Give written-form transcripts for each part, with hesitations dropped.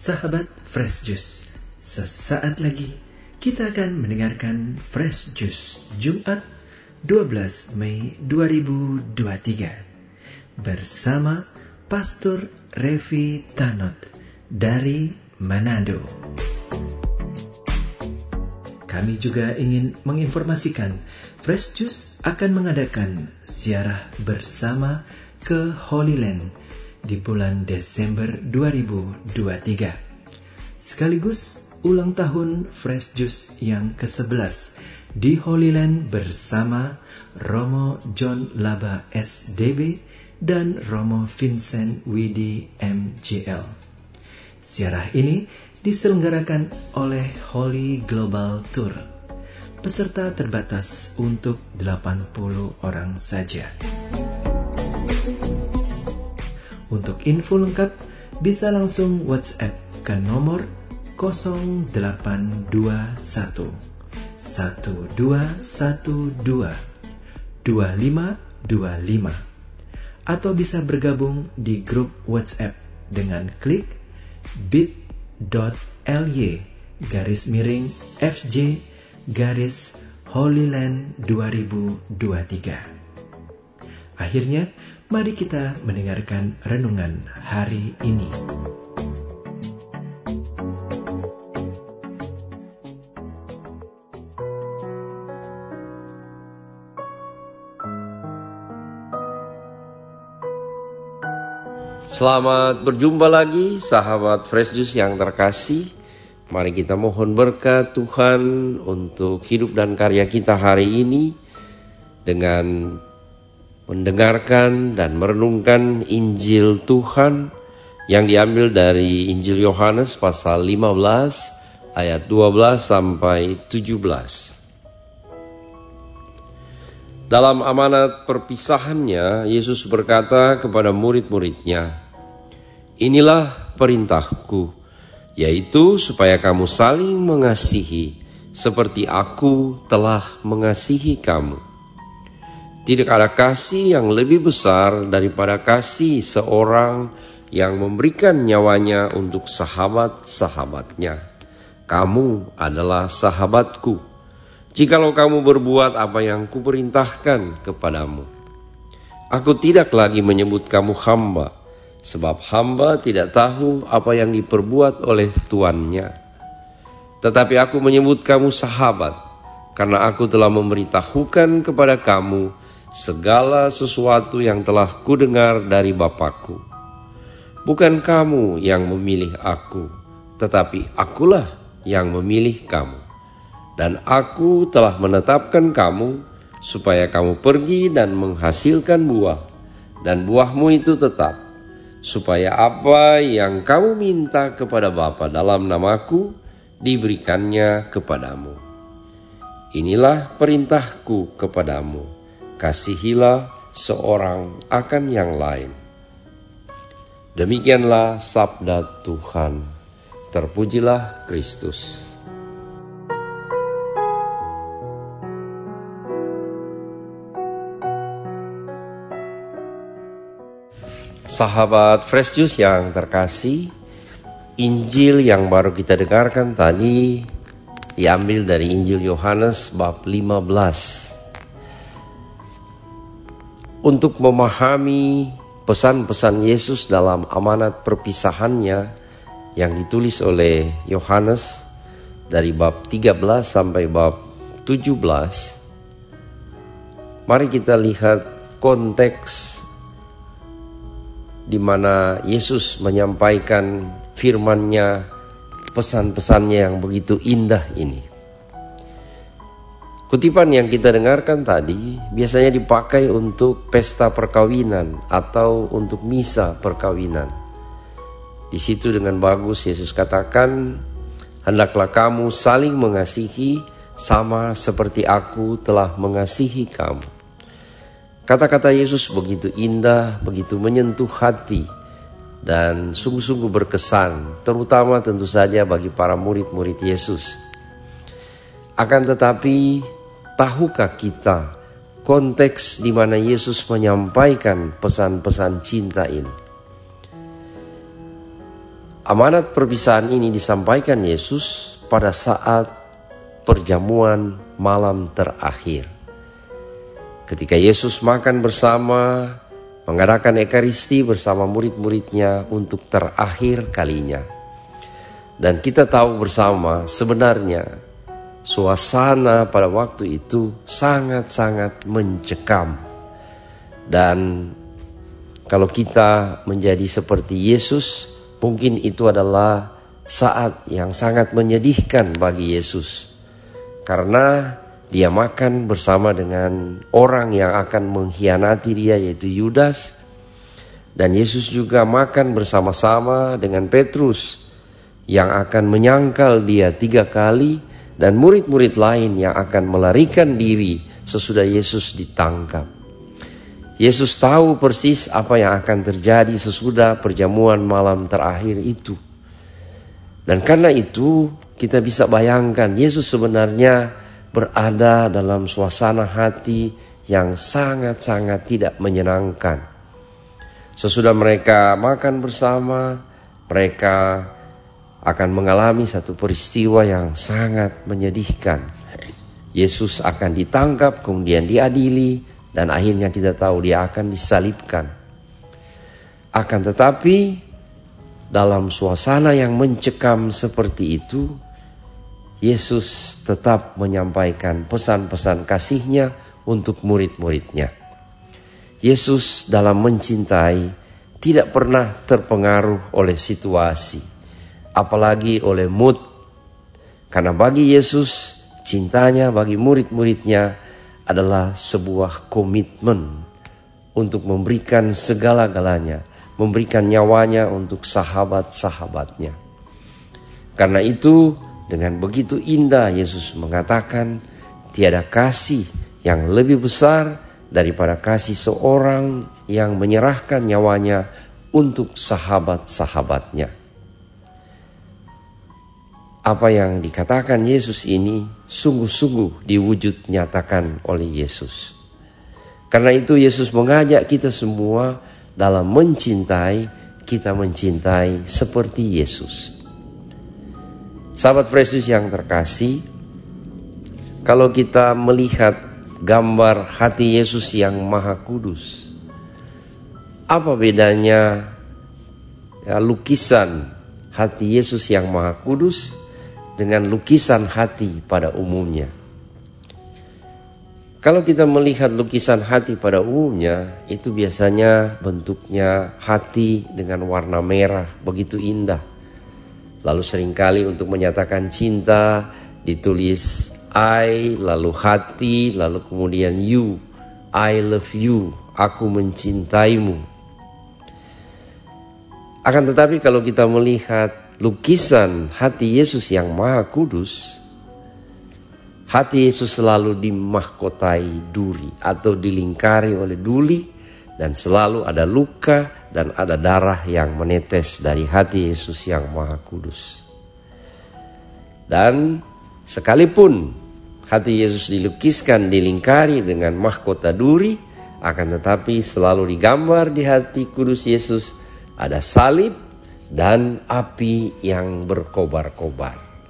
Sahabat Fresh Juice, sesaat lagi kita akan mendengarkan Fresh Juice Jumat 12 Mei 2023 bersama Pastor Revi Tanot dari Manado. Kami juga ingin menginformasikan Fresh Juice akan mengadakan ziarah bersama ke Holy Land di bulan Desember 2023. Sekaligus ulang tahun Fresh Juice yang ke-11 di Holy Land bersama Romo John Laba SDB dan Romo Vincent Widi MJL. Ziarah ini diselenggarakan oleh Holy Global Tour. Peserta terbatas untuk 80 orang saja. Untuk info lengkap bisa langsung WhatsApp ke nomor 0821 1212 2525 atau bisa bergabung di grup WhatsApp dengan klik bit.ly/FJ/Holyland 2023. Akhirnya, mari kita mendengarkan renungan hari ini. Selamat berjumpa lagi sahabat Fresh Juice yang terkasih. Mari kita mohon berkat Tuhan untuk hidup dan karya kita hari ini dengan mendengarkan dan merenungkan Injil Tuhan yang diambil dari Injil Yohanes pasal 15 ayat 12 sampai 17. Dalam amanat perpisahannya, Yesus berkata kepada murid-muridnya, "Inilah perintahku, yaitu supaya kamu saling mengasihi seperti aku telah mengasihi kamu. Tidak ada kasih yang lebih besar daripada kasih seorang yang memberikan nyawanya untuk sahabat-sahabatnya. Kamu adalah sahabatku, jikalau kamu berbuat apa yang kuperintahkan kepadamu. Aku tidak lagi menyebut kamu hamba, sebab hamba tidak tahu apa yang diperbuat oleh tuannya. Tetapi aku menyebut kamu sahabat, karena aku telah memberitahukan kepada kamu segala sesuatu yang telah kudengar dari Bapa-Ku. Bukan kamu yang memilih aku, tetapi akulah yang memilih kamu. Dan aku telah menetapkan kamu supaya kamu pergi dan menghasilkan buah, dan buahmu itu tetap, supaya apa yang kamu minta kepada Bapa dalam namaku diberikannya kepadamu. Inilah perintahku kepadamu, kasihilah seorang akan yang lain." Demikianlah sabda Tuhan. Terpujilah Kristus. Sahabat Fresh Juice yang terkasih, Injil yang baru kita dengarkan tadi diambil dari Injil Yohanes bab 15. Untuk memahami pesan-pesan Yesus dalam amanat perpisahannya yang ditulis oleh Yohanes dari bab 13 sampai bab 17, mari kita lihat konteks di mana Yesus menyampaikan firman-Nya, pesan-pesannya yang begitu indah ini. Kutipan yang kita dengarkan tadi biasanya dipakai untuk pesta perkawinan atau untuk misa perkawinan. Di situ dengan bagus Yesus katakan, "Hendaklah kamu saling mengasihi sama seperti aku telah mengasihi kamu." Kata-kata Yesus begitu indah, begitu menyentuh hati, dan sungguh-sungguh berkesan, terutama tentu saja bagi para murid-murid Yesus. Akan tetapi, tahukah kita konteks di mana Yesus menyampaikan pesan-pesan cinta ini? Amanat perpisahan ini disampaikan Yesus pada saat perjamuan malam terakhir. Ketika Yesus makan bersama, mengadakan Ekaristi bersama murid-muridnya untuk terakhir kalinya. Dan kita tahu bersama sebenarnya suasana pada waktu itu sangat-sangat mencekam. Dan kalau kita menjadi seperti Yesus, mungkin itu adalah saat yang sangat menyedihkan bagi Yesus. Karena dia makan bersama dengan orang yang akan mengkhianati dia, yaitu Yudas. Dan Yesus juga makan bersama-sama dengan Petrus yang akan menyangkal dia 3 kali. Dan murid-murid lain yang akan melarikan diri sesudah Yesus ditangkap. Yesus tahu persis apa yang akan terjadi sesudah perjamuan malam terakhir itu. Dan karena itu kita bisa bayangkan Yesus sebenarnya berada dalam suasana hati yang sangat-sangat tidak menyenangkan. Sesudah mereka makan bersama, mereka akan mengalami satu peristiwa yang sangat menyedihkan. Yesus akan ditangkap, kemudian diadili, dan akhirnya kita tahu dia akan disalibkan. Akan tetapi dalam suasana yang mencekam seperti itu, Yesus tetap menyampaikan pesan-pesan kasih-Nya untuk murid-muridnya. Yesus dalam mencintai tidak pernah terpengaruh oleh situasi, apalagi oleh mood. Karena bagi Yesus, cintanya bagi murid-muridnya adalah sebuah komitmen untuk memberikan segala-galanya, memberikan nyawanya untuk sahabat-sahabatnya. Karena itu, dengan begitu indah Yesus mengatakan, tiada kasih yang lebih besar daripada kasih seorang yang menyerahkan nyawanya untuk sahabat-sahabatnya. Apa yang dikatakan Yesus ini sungguh-sungguh diwujud nyatakan oleh Yesus. Karena itu Yesus mengajak kita semua dalam mencintai, kita mencintai seperti Yesus. Sahabat Fresh Juice yang terkasih, kalau kita melihat gambar hati Yesus yang Maha Kudus, apa bedanya lukisan hati Yesus yang Maha Kudus dengan lukisan hati pada umumnya? Kalau kita melihat lukisan hati pada umumnya, itu biasanya bentuknya hati dengan warna merah, begitu indah. Lalu seringkali untuk menyatakan cinta ditulis I, lalu hati, lalu kemudian you, I love you, aku mencintaimu. Akan tetapi kalau kita melihat lukisan hati Yesus yang Maha Kudus, hati Yesus selalu dimahkotai duri atau dilingkari oleh duri, dan selalu ada luka dan ada darah yang menetes dari hati Yesus yang Maha Kudus. Dan sekalipun hati Yesus dilukiskan, dilingkari dengan mahkota duri, akan tetapi selalu digambar di hati kudus Yesus ada salib dan api yang berkobar-kobar.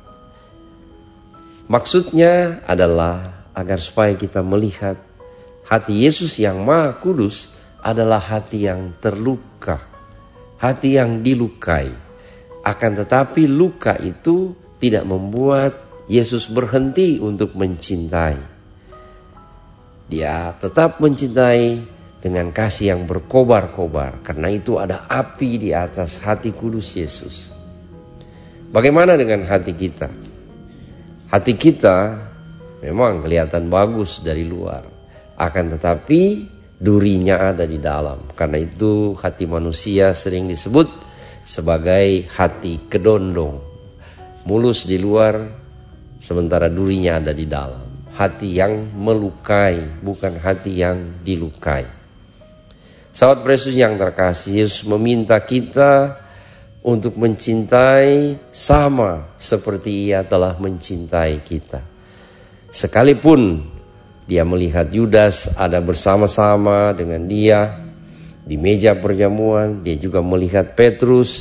Maksudnya adalah agar supaya kita melihat hati Yesus yang Maha Kudus adalah hati yang terluka, hati yang dilukai. Akan tetapi luka itu tidak membuat Yesus berhenti untuk mencintai. Dia tetap mencintai dengan kasih yang berkobar-kobar. Karena itu ada api di atas hati kudus Yesus. Bagaimana dengan hati kita? Hati kita memang kelihatan bagus dari luar, akan tetapi durinya ada di dalam. Karena itu hati manusia sering disebut sebagai hati kedondong. Mulus di luar, sementara durinya ada di dalam. Hati yang melukai, bukan hati yang dilukai. Sahabat Yesus yang terkasih, Yesus meminta kita untuk mencintai sama seperti Ia telah mencintai kita. Sekalipun dia melihat Yudas ada bersama-sama dengan dia di meja perjamuan, dia juga melihat Petrus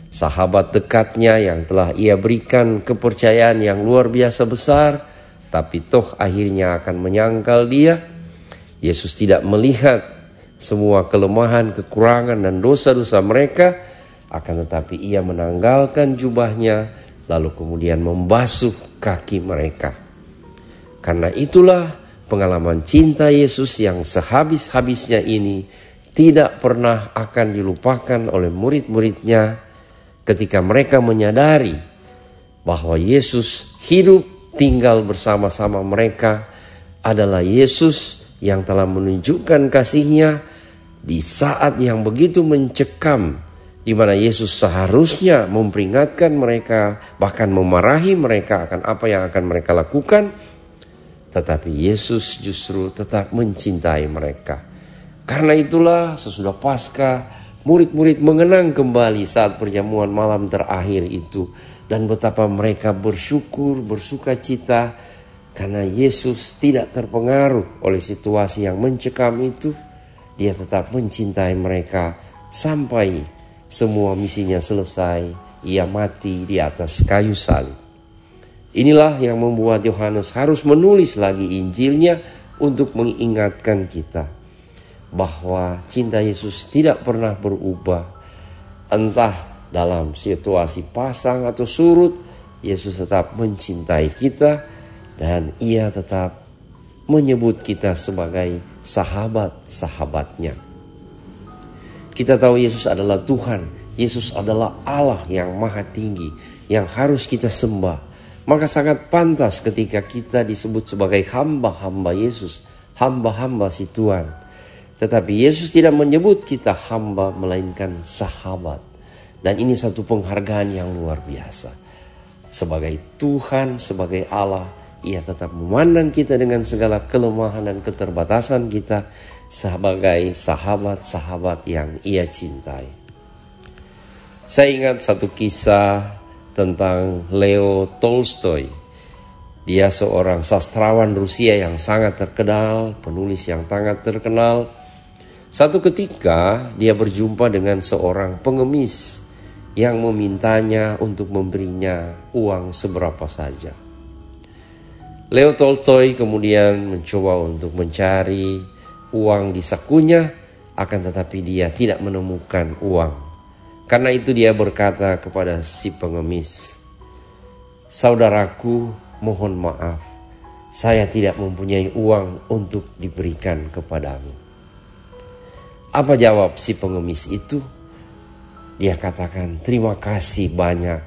sahabat dekatnya yang telah ia berikan kepercayaan yang luar biasa besar, tapi toh akhirnya akan menyangkal dia. Yesus tidak melihat semua kelemahan, kekurangan, dan dosa-dosa mereka, akan tetapi ia menanggalkan jubahnya, lalu kemudian membasuh kaki mereka. Karena itulah pengalaman cinta Yesus yang sehabis-habisnya ini tidak pernah akan dilupakan oleh murid-muridnya ketika mereka menyadari bahwa Yesus hidup tinggal bersama-sama mereka adalah Yesus yang telah menunjukkan kasih-Nya di saat yang begitu mencekam, di mana Yesus seharusnya memperingatkan mereka, bahkan memarahi mereka akan apa yang akan mereka lakukan. Tetapi Yesus justru tetap mencintai mereka. Karena itulah sesudah Paskah, murid-murid mengenang kembali saat perjamuan malam terakhir itu. Dan betapa mereka bersyukur, bersuka cita. Karena Yesus tidak terpengaruh oleh situasi yang mencekam itu. Dia tetap mencintai mereka sampai semua misinya selesai. Ia mati di atas kayu salib. Inilah yang membuat Yohanes harus menulis lagi Injilnya untuk mengingatkan kita bahwa cinta Yesus tidak pernah berubah. Entah dalam situasi pasang atau surut, Yesus tetap mencintai kita dan Ia tetap menyebut kita sebagai sahabat-sahabatnya. Kita tahu Yesus adalah Tuhan, Yesus adalah Allah yang maha tinggi, yang harus kita sembah. Maka sangat pantas ketika kita disebut sebagai hamba-hamba Yesus, hamba-hamba si Tuhan. Tetapi Yesus tidak menyebut kita hamba, melainkan sahabat. Dan ini satu penghargaan yang luar biasa. Sebagai Tuhan, sebagai Allah, Ia tetap memandang kita dengan segala kelemahan dan keterbatasan kita sebagai sahabat-sahabat yang Ia cintai. Saya ingat satu kisah tentang Leo Tolstoy. Dia seorang sastrawan Rusia yang sangat terkenal, penulis yang sangat terkenal. Satu ketika dia berjumpa dengan seorang pengemis yang memintanya untuk memberinya uang seberapa saja. Leo Tolstoy kemudian mencoba untuk mencari uang di sakunya, akan tetapi dia tidak menemukan uang. Karena itu dia berkata kepada si pengemis, "Saudaraku, mohon maaf, saya tidak mempunyai uang untuk diberikan kepadamu." Apa jawab si pengemis itu? Dia katakan, "Terima kasih banyak.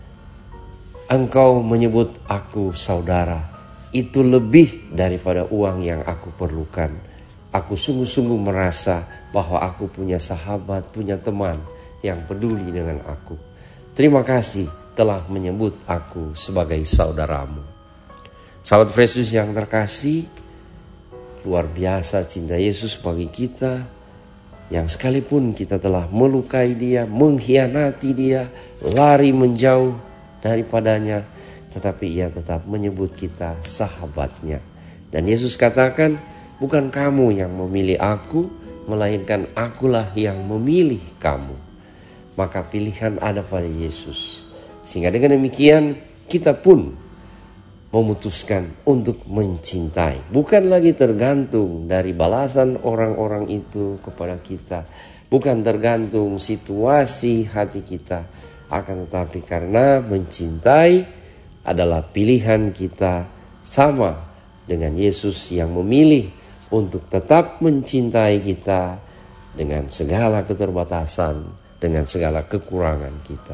Engkau menyebut aku saudara. Itu lebih daripada uang yang aku perlukan. Aku sungguh-sungguh merasa bahwa aku punya sahabat, punya teman yang peduli dengan aku. Terima kasih telah menyebut aku sebagai saudaramu." Sahabat Fresh Juice yang terkasih, luar biasa cinta Yesus bagi kita, yang sekalipun kita telah melukai dia, mengkhianati dia, lari menjauh daripadanya, tetapi Ia tetap menyebut kita sahabatnya. Dan Yesus katakan, "Bukan kamu yang memilih aku, melainkan akulah yang memilih kamu." Maka pilihan ada pada Yesus. Sehingga dengan demikian kita pun memutuskan untuk mencintai. Bukan lagi tergantung dari balasan orang-orang itu kepada kita. Bukan tergantung situasi hati kita. Akan tetapi karena mencintai adalah pilihan kita, sama dengan Yesus yang memilih untuk tetap mencintai kita dengan segala keterbatasan, dengan segala kekurangan kita.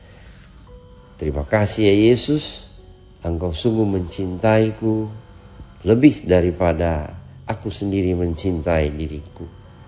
Terima kasih ya Yesus, Engkau sungguh mencintaiku lebih daripada aku sendiri mencintai diriku.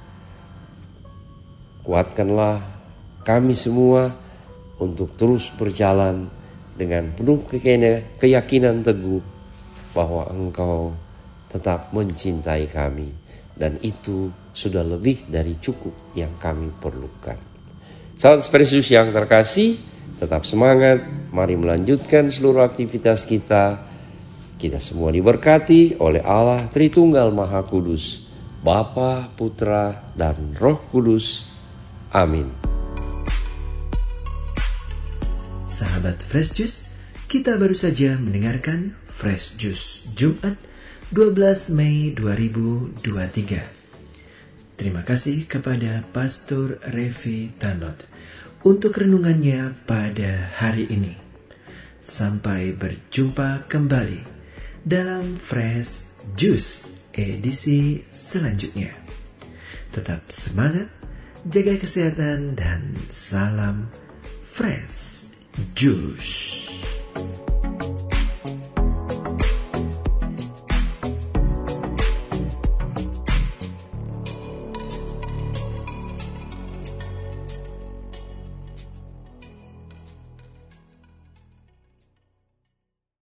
Kuatkanlah kami semua untuk terus berjalan dengan penuh keyakinan teguh bahwa Engkau tetap mencintai kami, dan itu sudah lebih dari cukup yang kami perlukan. Sahabat Fresh Juice yang terkasih, tetap semangat. Mari melanjutkan seluruh aktivitas kita. Kita semua diberkati oleh Allah Tritunggal Maha Kudus, Bapa, Putra, dan Roh Kudus. Amin. Sahabat Fresh Juice, kita baru saja mendengarkan Fresh Juice Jumat 12 Mei 2023. Terima kasih kepada Pastor Revi Tanot untuk renungannya pada hari ini. Sampai berjumpa kembali dalam Fresh Juice edisi selanjutnya. Tetap semangat, jaga kesehatan, dan salam Fresh Juice.